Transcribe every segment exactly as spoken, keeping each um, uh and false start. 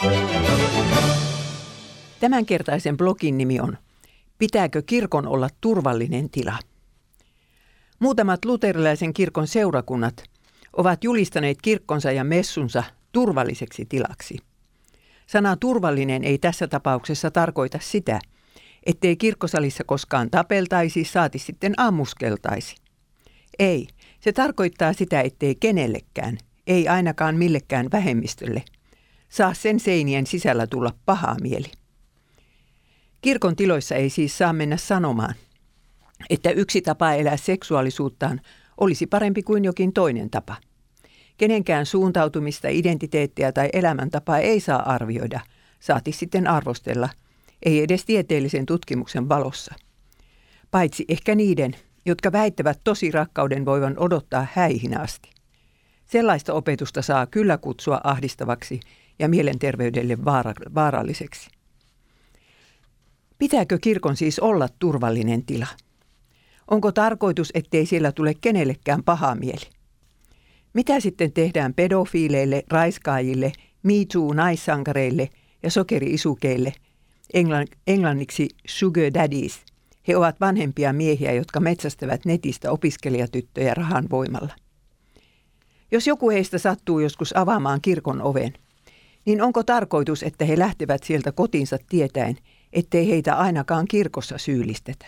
Tämänkertaisen blogin nimi on Pitääkö kirkon olla turvallinen tila? Muutamat luterilaisen kirkon seurakunnat ovat julistaneet kirkkonsa ja messunsa turvalliseksi tilaksi. Sana turvallinen ei tässä tapauksessa tarkoita sitä, ettei kirkkosalissa koskaan tapeltaisi, saati sitten ammuskeltaisi. Ei, se tarkoittaa sitä, ettei kenellekään, ei ainakaan millekään vähemmistölle, saa sen seinien sisällä tulla pahaa mieli. Kirkon tiloissa ei siis saa mennä sanomaan, että yksi tapa elää seksuaalisuuttaan olisi parempi kuin jokin toinen tapa. Kenenkään suuntautumista, identiteettiä tai elämäntapaa ei saa arvioida, saati sitten arvostella, ei edes tieteellisen tutkimuksen valossa. Paitsi ehkä niiden, jotka väittävät tosi rakkauden voivan odottaa häihin asti. Sellaista opetusta saa kyllä kutsua ahdistavaksi ja mielenterveydelle vaara- vaaralliseksi. Pitääkö kirkon siis olla turvallinen tila? Onko tarkoitus, ettei siellä tule kenellekään paha mieli? Mitä sitten tehdään pedofiileille, raiskaajille, Me Too-naissankareille ja sokeri-isukeille, englann- englanniksi sugar daddies? He ovat vanhempia miehiä, jotka metsästävät netistä opiskelijatyttöjä rahan voimalla. Jos joku heistä sattuu joskus avaamaan kirkon oven, niin onko tarkoitus, että he lähtevät sieltä kotiinsa tietäen, ettei heitä ainakaan kirkossa syyllistetä?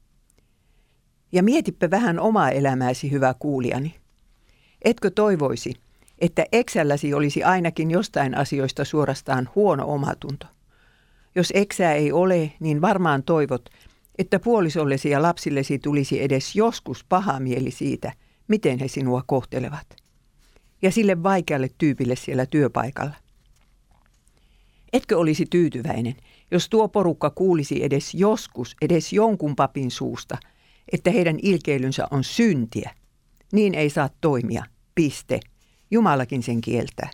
Ja mietipä vähän omaa elämääsi, hyvä kuulijani. Etkö toivoisi, että eksälläsi olisi ainakin jostain asioista suorastaan huono omatunto? Jos eksää ei ole, niin varmaan toivot, että puolisollesi ja lapsillesi tulisi edes joskus paha mieli siitä, miten he sinua kohtelevat. Ja sille vaikealle tyypille siellä työpaikalla. Etkö olisi tyytyväinen, jos tuo porukka kuulisi edes joskus, edes jonkun papin suusta, että heidän ilkeilynsä on syntiä? Niin ei saa toimia. Piste. Jumalakin sen kieltää.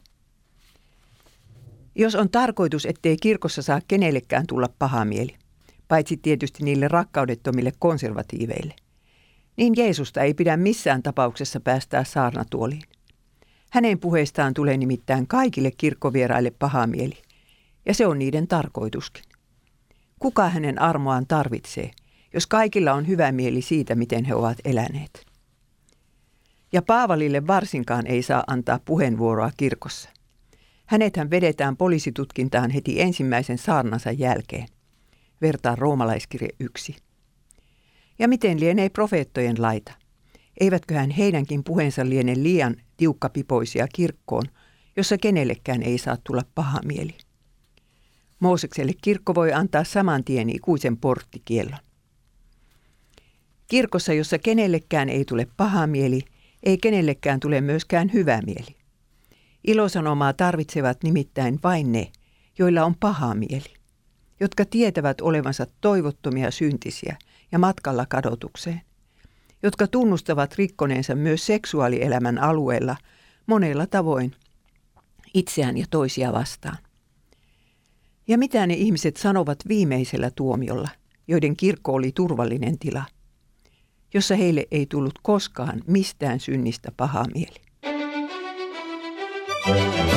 Jos on tarkoitus, ettei kirkossa saa kenellekään tulla paha mieli, paitsi tietysti niille rakkaudettomille konservatiiveille, niin Jeesusta ei pidä missään tapauksessa päästää saarnatuoliin. Hänen puheestaan tulee nimittäin kaikille kirkkovieraille paha mieli, ja se on niiden tarkoituskin. Kuka hänen armoaan tarvitsee, jos kaikilla on hyvä mieli siitä, miten he ovat eläneet? Ja Paavalille varsinkaan ei saa antaa puheenvuoroa kirkossa. Hänethän vedetään poliisitutkintaan heti ensimmäisen saarnansa jälkeen. Vertaa roomalaiskirje yksi. Ja miten lienee profeettojen laita? Eivätköhän heidänkin puheensa liene liian tiukkapipoisia kirkkoon, jossa kenellekään ei saa tulla paha mieli? Moosekselle kirkko voi antaa saman tien ikuisen porttikiellon. Kirkossa, jossa kenellekään ei tule paha mieli, ei kenellekään tule myöskään hyvä mieli. Ilosanomaa tarvitsevat nimittäin vain ne, joilla on paha mieli, jotka tietävät olevansa toivottomia syntisiä ja matkalla kadotukseen, jotka tunnustavat rikkoneensa myös seksuaalielämän alueella monella tavoin itseään ja toisia vastaan. Ja mitä ne ihmiset sanovat viimeisellä tuomiolla, joiden kirkko oli turvallinen tila, jossa heille ei tullut koskaan mistään synnistä paha mieli?